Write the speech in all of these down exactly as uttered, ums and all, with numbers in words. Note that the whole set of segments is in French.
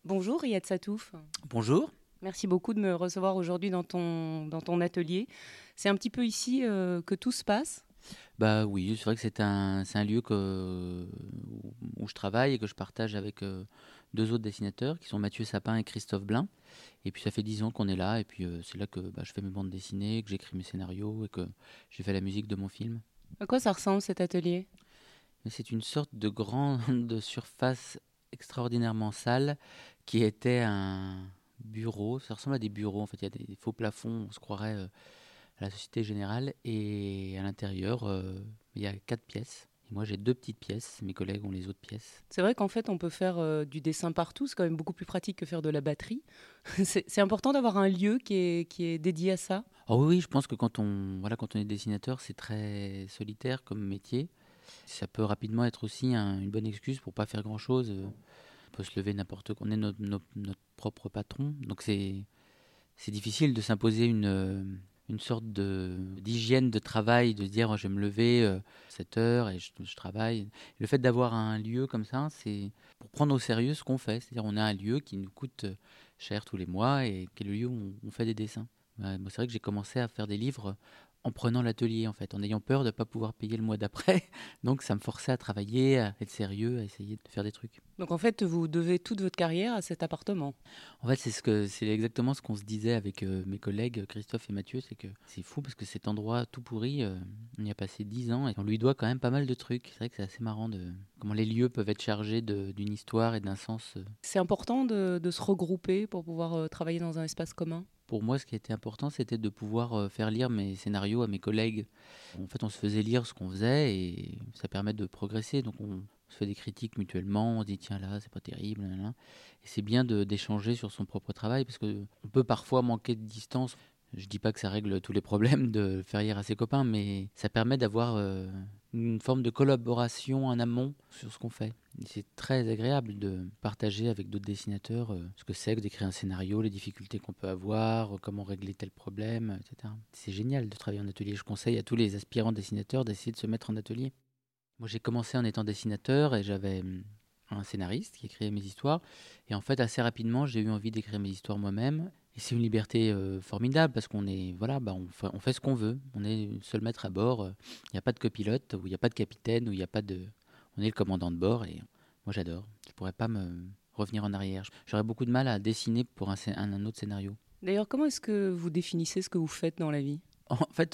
Bonjour Riyad Satouf. Bonjour. Merci beaucoup de me recevoir aujourd'hui dans ton, dans ton atelier. C'est un petit peu ici euh, que tout se passe. Bah oui, c'est vrai que c'est un, c'est un lieu que, où, où je travaille et que je partage avec euh, deux autres dessinateurs qui sont Mathieu Sapin et Christophe Blain. Et puis ça fait dix ans qu'on est là et puis euh, c'est là que bah, je fais mes bandes dessinées, que j'écris mes scénarios et que j'ai fait la musique de mon film. À quoi ça ressemble cet atelier? Mais c'est une sorte de grande surface extraordinairement sale qui était un bureau. Ça ressemble à des bureaux en fait, il y a des faux plafonds, on se croirait euh, à la Société Générale. Et à l'intérieur, euh, il y a quatre pièces. Et moi, j'ai deux petites pièces. Mes collègues ont les autres pièces. C'est vrai qu'en fait, on peut faire euh, du dessin partout. C'est quand même beaucoup plus pratique que faire de la batterie. c'est, c'est important d'avoir un lieu qui est, qui est dédié à ça. Oh oui, oui, je pense que quand on, voilà, quand on est dessinateur, c'est très solitaire comme métier. Ça peut rapidement être aussi un- une bonne excuse pour pas faire grand-chose. Euh, On peut se lever n'importe quand. On est notre, notre, notre propre patron. Donc c'est, c'est difficile de s'imposer une, euh, une sorte de, d'hygiène de travail, de se dire je vais me lever euh, sept heures et je, je travaille. Le fait d'avoir un lieu comme ça, c'est pour prendre au sérieux ce qu'on fait. C'est-à-dire on a un lieu qui nous coûte cher tous les mois et qui est le lieu où on, on fait des dessins. Ouais, moi, c'est vrai que j'ai commencé à faire des livres en prenant l'atelier, en fait, en ayant peur de ne pas pouvoir payer le mois d'après. Donc ça me forçait à travailler, à être sérieux, à essayer de faire des trucs. Donc en fait, vous devez toute votre carrière à cet appartement. En fait, c'est ce que c'est exactement ce qu'on se disait avec euh, mes collègues Christophe et Mathieu, c'est que c'est fou parce que cet endroit tout pourri, euh, on y a passé dix ans et on lui doit quand même pas mal de trucs. C'est vrai que c'est assez marrant de comment les lieux peuvent être chargés de- d'une histoire et d'un sens. euh. C'est important de, de se regrouper pour pouvoir euh, travailler dans un espace commun. Pour moi, ce qui était important, c'était de pouvoir euh, faire lire mes scénarios à mes collègues. En fait, on se faisait lire ce qu'on faisait et ça permet de progresser. Donc, on se fait des critiques mutuellement. On se dit tiens là, c'est pas terrible. Là, là. Et c'est bien de- d'échanger sur son propre travail parce que on peut parfois manquer de distance. Je dis pas que ça règle tous les problèmes de faire lire à ses copains, mais ça permet d'avoir euh, une forme de collaboration en amont sur ce qu'on fait. Et c'est très agréable de partager avec d'autres dessinateurs euh, ce que c'est que d'écrire un scénario, les difficultés qu'on peut avoir, euh, comment régler tel problème, et cetera. C'est génial de travailler en atelier. Je conseille à tous les aspirants dessinateurs d'essayer de se mettre en atelier. Moi, j'ai commencé en étant dessinateur et j'avais hum, un scénariste qui écrivait mes histoires. Et en fait, assez rapidement, j'ai eu envie d'écrire mes histoires moi-même. Et c'est une liberté euh, formidable parce qu'on est, voilà, bah, on, fait, on fait ce qu'on veut. On est seul maître à bord. Il n'y a pas de copilote, ou il n'y a pas de capitaine, ou il n'y a pas de. On est le commandant de bord et moi, j'adore. Je pourrais pas me revenir en arrière. J'aurais beaucoup de mal à dessiner pour un, scé- un, un autre scénario. D'ailleurs, comment est-ce que vous définissez ce que vous faites dans la vie? En fait,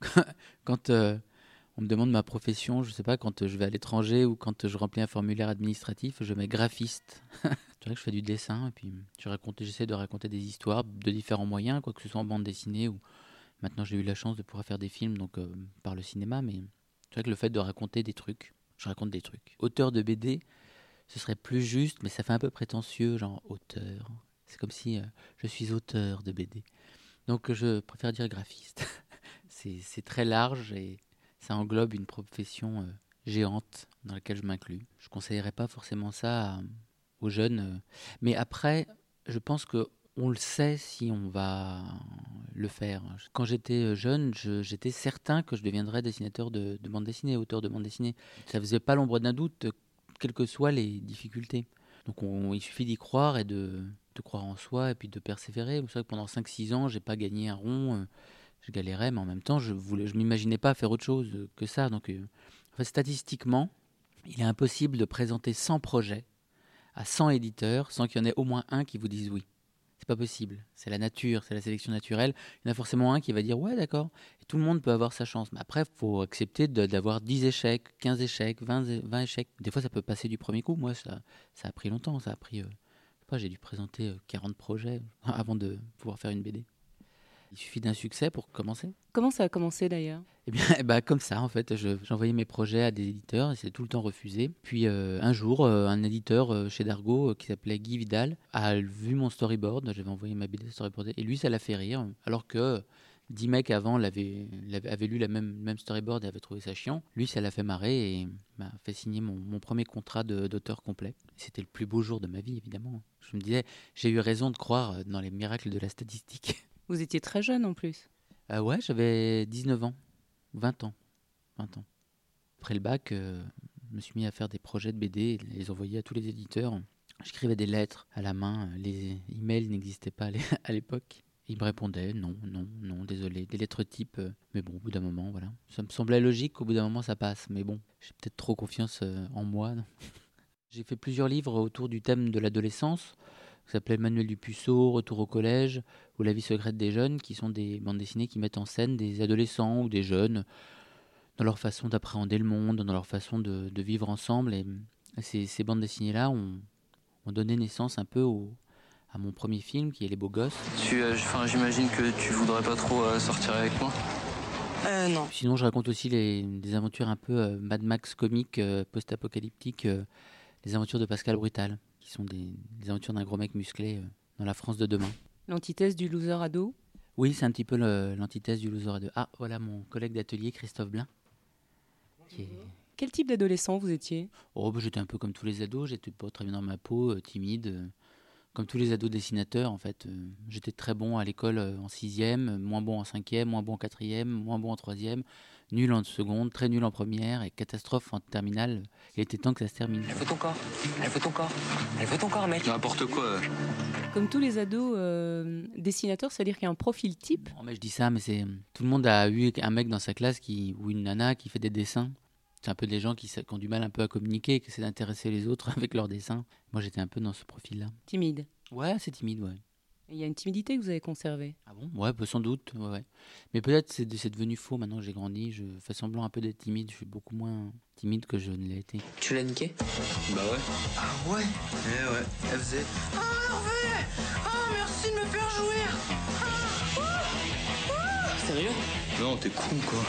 quand euh, on me demande ma profession, je sais pas, quand je vais à l'étranger ou quand je remplis un formulaire administratif, je mets graphiste. C'est vrai que je fais du dessin et puis je raconte, j'essaie de raconter des histoires de différents moyens, quoi que ce soit en bande dessinée ou maintenant j'ai eu la chance de pouvoir faire des films donc euh, par le cinéma, mais c'est vrai que le fait de raconter des trucs, je raconte des trucs. Auteur de B D, ce serait plus juste, mais ça fait un peu prétentieux, genre auteur. C'est comme si euh, je suis auteur de B D. Donc je préfère dire graphiste. c'est, c'est très large et ça englobe une profession euh, géante dans laquelle je m'inclus. Je ne conseillerais pas forcément ça à- aux jeunes. euh. Mais après, je pense que on le sait si on va le faire. Quand j'étais euh, jeune, je- j'étais certain que je deviendrais dessinateur de, de bande dessinée, auteur de bande dessinée. Ça faisait pas l'ombre d'un doute, euh, quelles que soient les difficultés. Donc on- il suffit d'y croire et de, de croire en soi et puis de persévérer. C'est vrai que pendant cinq six ans, j'ai pas gagné un rond. euh, je galérais, mais en même temps, je voulais, je m'imaginais pas faire autre chose euh, que ça. Donc, euh, en fait, statistiquement, il est impossible de présenter cent projets à cent éditeurs sans qu'il y en ait au moins un qui vous dise oui. C'est pas possible. C'est la nature, c'est la sélection naturelle. Il y en a forcément un qui va dire ouais, d'accord. Et tout le monde peut avoir sa chance. Mais après, il faut accepter de- d'avoir dix échecs, quinze échecs, vingt, é- vingt échecs. Des fois, ça peut passer du premier coup. Moi, ça, ça a pris longtemps. Ça a pris, euh, je sais pas, j'ai dû présenter euh, quarante projets avant de pouvoir faire une B D. Il suffit d'un succès pour commencer. Comment ça a commencé d'ailleurs? Eh bien, eh ben, comme ça, en fait, je- j'envoyais mes projets à des éditeurs et c'est tout le temps refusé. Puis euh, un jour, euh, un éditeur euh, chez Dargaud euh, qui s'appelait Guy Vidal a vu mon storyboard. J'avais envoyé ma B D storyboardée et lui, ça l'a fait rire. Alors que euh, dix mecs avant l'avaient, l'avaient- avaient lu la même, même storyboard et avaient trouvé ça chiant. Lui, ça l'a fait marrer et m'a fait signer mon, mon premier contrat de- d'auteur complet. C'était le plus beau jour de ma vie, évidemment. Je me disais, j'ai eu raison de croire euh, dans les miracles de la statistique. Vous étiez très jeune en plus. Euh, ouais, j'avais dix-neuf ans, vingt ans, vingt ans. Après le bac, euh, je me suis mis à faire des projets de B D et les envoyer à tous les éditeurs J'écrivais des lettres à la main. Les emails n'existaient pas à l'époque. Il me répondait non, non, non, désolé. Des lettres type, euh, mais bon, au bout d'un moment, voilà. Ça me semblait logique qu'au bout d'un moment, ça passe. Mais bon, j'ai peut-être trop confiance euh, en moi. Non. J'ai fait plusieurs livres autour du thème de l'adolescence. Ça s'appelait Manuel Dupuceau, Retour au collège, ou La vie secrète des jeunes, qui sont des bandes dessinées qui mettent en scène des adolescents ou des jeunes dans leur façon d'appréhender le monde, dans leur façon de, de vivre ensemble. Et ces, ces bandes dessinées-là ont, ont donné naissance un peu au, à mon premier film, qui est Les Beaux Gosses. Tu, euh, j'imagine que tu voudrais pas trop euh, sortir avec moi. Euh, non. Sinon, je raconte aussi les, des aventures un peu euh, Mad Max comiques, euh, post-apocalyptiques, euh, les aventures de Pascal Brutal, qui sont des, des aventures d'un gros mec musclé euh, dans la France de demain. L'antithèse du loser ado? Oui, c'est un petit peu le, l'antithèse du loser ado. Ah, voilà mon collègue d'atelier, Christophe Blin. Qui est... Quel type d'adolescent vous étiez? Oh, bah, j'étais un peu comme tous les ados, j'étais pas très bien dans ma peau, euh, timide, euh, comme tous les ados dessinateurs en fait. Euh, j'étais très bon à l'école euh, en sixième, moins bon en cinquième, moins bon en quatrième, moins bon en troisième, nul en seconde, très nul en première et catastrophe en terminale. Il était temps que ça se termine. Elle veut ton corps, elle veut ton corps, elle veut ton corps, mec. N'importe quoi. Comme tous les ados euh, dessinateurs, c'est-à-dire qu'il y a un profil type? Oh, mais je dis ça, mais c'est tout le monde a eu un mec dans sa classe qui ou une nana qui fait des dessins. C'est un peu des gens qui, qui ont du mal un peu à communiquer, qui essaient d'intéresser les autres avec leurs dessins. Moi, j'étais un peu dans ce profil-là. Timide? Ouais, c'est timide, ouais. Il y a une timidité que vous avez conservée? Ah bon? Ouais, bah, sans doute, ouais, ouais. Mais peut-être c'est, c'est devenu faux maintenant que j'ai grandi. Je fais semblant un peu d'être timide. Je suis beaucoup moins timide que je ne l'ai été. Tu l'as niqué? Bah ouais. Ah ouais? Eh ouais, elle faisait. Ah Hervé! Ah merci de me faire jouir! Ah, ah, ah. Sérieux? Non, t'es con quoi.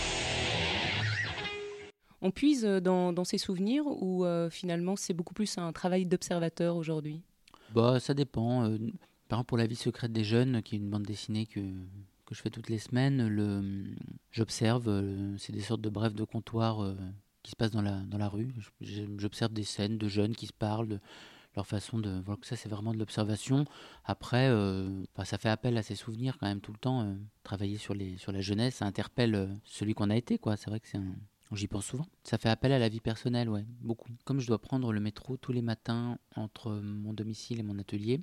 On puise dans, dans ses souvenirs ou euh, finalement c'est beaucoup plus un travail d'observateur aujourd'hui? Bah, ça dépend. Euh, par exemple, pour La vie secrète des jeunes, qui est une bande dessinée que, que je fais toutes les semaines, le, j'observe. Euh, c'est des sortes de brefs de comptoir euh, qui se passent dans la, dans la rue. Je- J'observe des scènes de jeunes qui se parlent, de leur façon de. Voilà, que ça, c'est vraiment de l'observation. Après, euh, bah, ça fait appel à ses souvenirs quand même tout le temps. Euh, travailler sur, les, sur la jeunesse, ça interpelle euh, celui qu'on a été, quoi. C'est vrai que c'est un. J'y pense souvent. Ça fait appel à la vie personnelle, ouais, beaucoup. Comme je dois prendre le métro tous les matins entre mon domicile et mon atelier,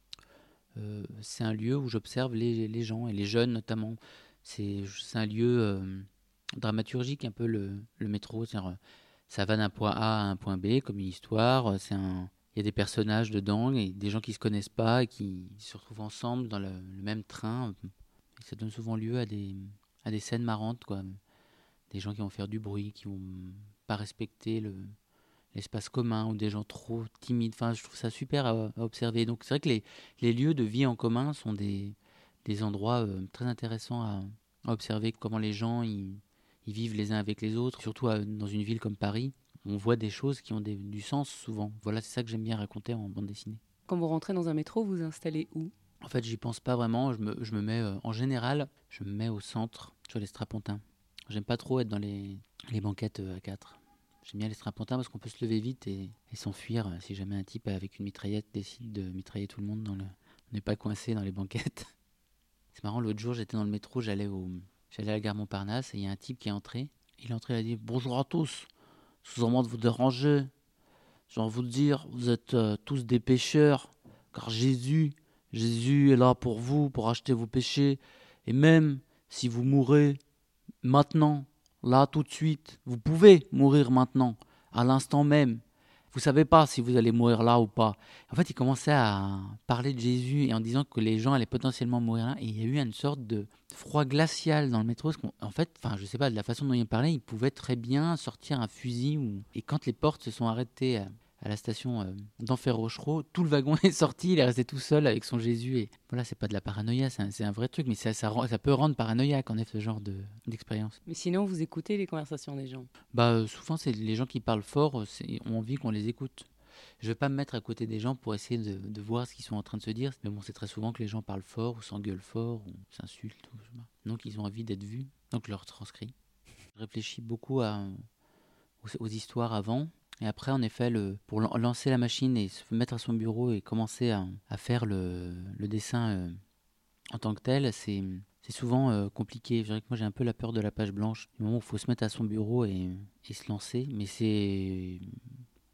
euh, c'est un lieu où j'observe les, les gens, et les jeunes notamment. C'est, c'est un lieu euh, dramaturgique, un peu le, le métro. C'est-à-dire, euh, ça va d'un point A à un point B, comme une histoire. C'est un, il y a des personnages dedans, et des gens qui ne se connaissent pas, et qui se retrouvent ensemble dans le, le même train. Et ça donne souvent lieu à des, à des scènes marrantes, quoi. Des gens qui vont faire du bruit, qui vont pas respecter le, l'espace commun, ou des gens trop timides. Enfin, je trouve ça super à, à observer. Donc c'est vrai que les, les lieux de vie en commun sont des, des endroits euh, très intéressants à, à observer, comment les gens ils, ils vivent les uns avec les autres. Surtout à- dans une ville comme Paris, on voit des choses qui ont des- du sens souvent. Voilà, c'est ça que j'aime bien raconter en bande dessinée. Quand vous rentrez dans un métro, vous vous installez où? En fait, j'y pense pas vraiment. Je me, je me mets, euh, en général, je me mets au centre, sur les strapontins. J'aime pas trop être dans les, les banquettes euh, à quatre. J'aime bien les strapontins parce qu'on peut se lever vite et, et s'enfuir euh, si jamais un type avec une mitraillette décide de mitrailler tout le monde dans le. On n'est pas coincé dans les banquettes. C'est marrant, l'autre jour j'étais dans le métro, j'allais au, j'allais à la gare Montparnasse et il y a un type qui est entré. Il est entré, il a dit bonjour à tous. Excusez-moi de vous déranger. Je vais vous dire, vous êtes euh, tous des pécheurs, car Jésus, Jésus est là pour vous, pour acheter vos péchés. Et même si vous mourrez maintenant, là, tout de suite, vous pouvez mourir maintenant, à l'instant même. Vous savez pas si vous allez mourir là ou pas. En fait, il commençait à parler de Jésus et en disant que les gens allaient potentiellement mourir là. Et il y a eu une sorte de froid glacial dans le métro. Parce qu'en en fait, enfin, je sais pas, de la façon dont il parlait, il pouvait très bien sortir un fusil. Ou... Et quand les portes se sont arrêtées à, à la station euh, d'Enfer-Rochereau, tout le wagon est sorti. Il est resté tout seul avec son Jésus. Et voilà, c'est pas de la paranoïa, c'est un, c'est un vrai truc. Mais ça, ça, rend- ça peut rendre paranoïaque, en effet, ce genre de, d'expérience. Mais sinon, vous écoutez les conversations des gens? Bah, euh, souvent, c'est les gens qui parlent fort, euh, c'est, ont envie qu'on les écoute. Je vais pas me mettre à côté des gens pour essayer de, de voir ce qu'ils sont en train de se dire. Mais bon, c'est très souvent que les gens parlent fort, ou s'engueulent fort, ou s'insultent. Ou, je sais pas. Donc, ils ont envie d'être vus. Donc, je leur transcris. Je réfléchis beaucoup à, aux, aux histoires avant. Et après, en effet, le, pour lan- lancer la machine et se mettre à son bureau et commencer à, à faire le, le dessin euh, en tant que tel, c'est, c'est souvent euh, compliqué. Je dirais que moi, j'ai un peu la peur de la page blanche. Du moment où il faut se mettre à son bureau et, et se lancer. Mais c'est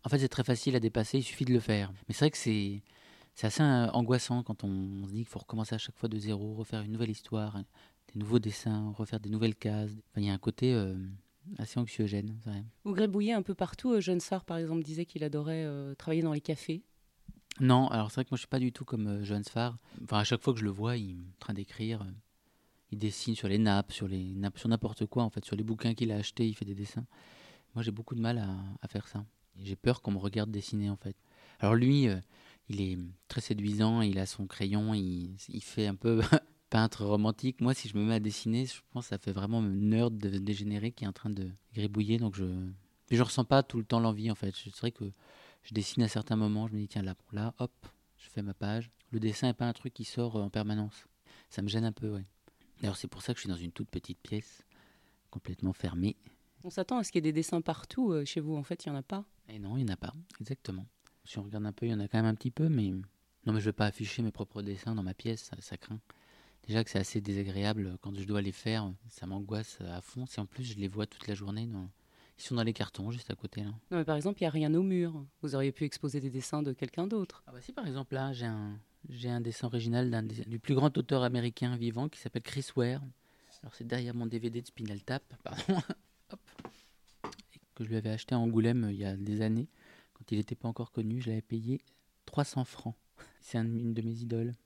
En fait, c'est très facile à dépasser, il suffit de le faire. Mais c'est vrai que c'est, c'est assez euh, angoissant quand on, on se dit qu'il faut recommencer à chaque fois de zéro, refaire une nouvelle histoire, hein, des nouveaux dessins, refaire des nouvelles cases. Enfin, il y a un côté euh, assez anxiogène. C'est vrai. Vous gribouillez un peu partout. Euh, Jeune Sar, par exemple, disait qu'il adorait euh, travailler dans les cafés. Non, alors c'est vrai que moi je suis pas du tout comme euh, Johannes Farr. Enfin, à chaque fois que je le vois, il est en train d'écrire. euh, il dessine sur les nappes, sur les nappes, sur n'importe quoi en fait, sur les bouquins qu'il a achetés, il fait des dessins. Moi j'ai beaucoup de mal à, à faire ça. Et j'ai peur qu'on me regarde dessiner en fait. Alors lui, euh, il est très séduisant, il a son crayon, il, il fait un peu peintre romantique. Moi, si je me mets à dessiner, je pense que ça fait vraiment un nerd de- dégénéré qui est en train de gribouiller. Donc je, mais je ressens pas tout le temps l'envie en fait. C'est vrai que je dessine à certains moments, je me dis tiens là, bon, là, hop, je fais ma page. Le dessin n'est pas un truc qui sort euh, en permanence. Ça me gêne un peu, ouais. D'ailleurs, c'est pour ça que je suis dans une toute petite pièce, complètement fermée. On s'attend à ce qu'il y ait des dessins partout. euh, chez vous, en fait, il n'y en a pas. Et non, il n'y en a pas, exactement. Si on regarde un peu, il y en a quand même un petit peu, mais non, mais je ne vais pas afficher mes propres dessins dans ma pièce, ça, ça craint. Déjà que c'est assez désagréable quand je dois les faire, ça m'angoisse à fond. Si en plus je les vois toute la journée, dans... ils sont dans les cartons juste à côté là. Non, mais par exemple, il n'y a rien au mur. Vous auriez pu exposer des dessins de quelqu'un d'autre. Ah bah si par exemple là, j'ai un, j'ai un dessin original d'un des- du plus grand auteur américain vivant qui s'appelle Chris Ware. Alors c'est derrière mon D V D de Spinal Tap, pardon. Hop. Et que je lui avais acheté à Angoulême euh, il y a des années. Quand il n'était pas encore connu, je l'avais payé trois cents francs. C'est un- une de mes idoles.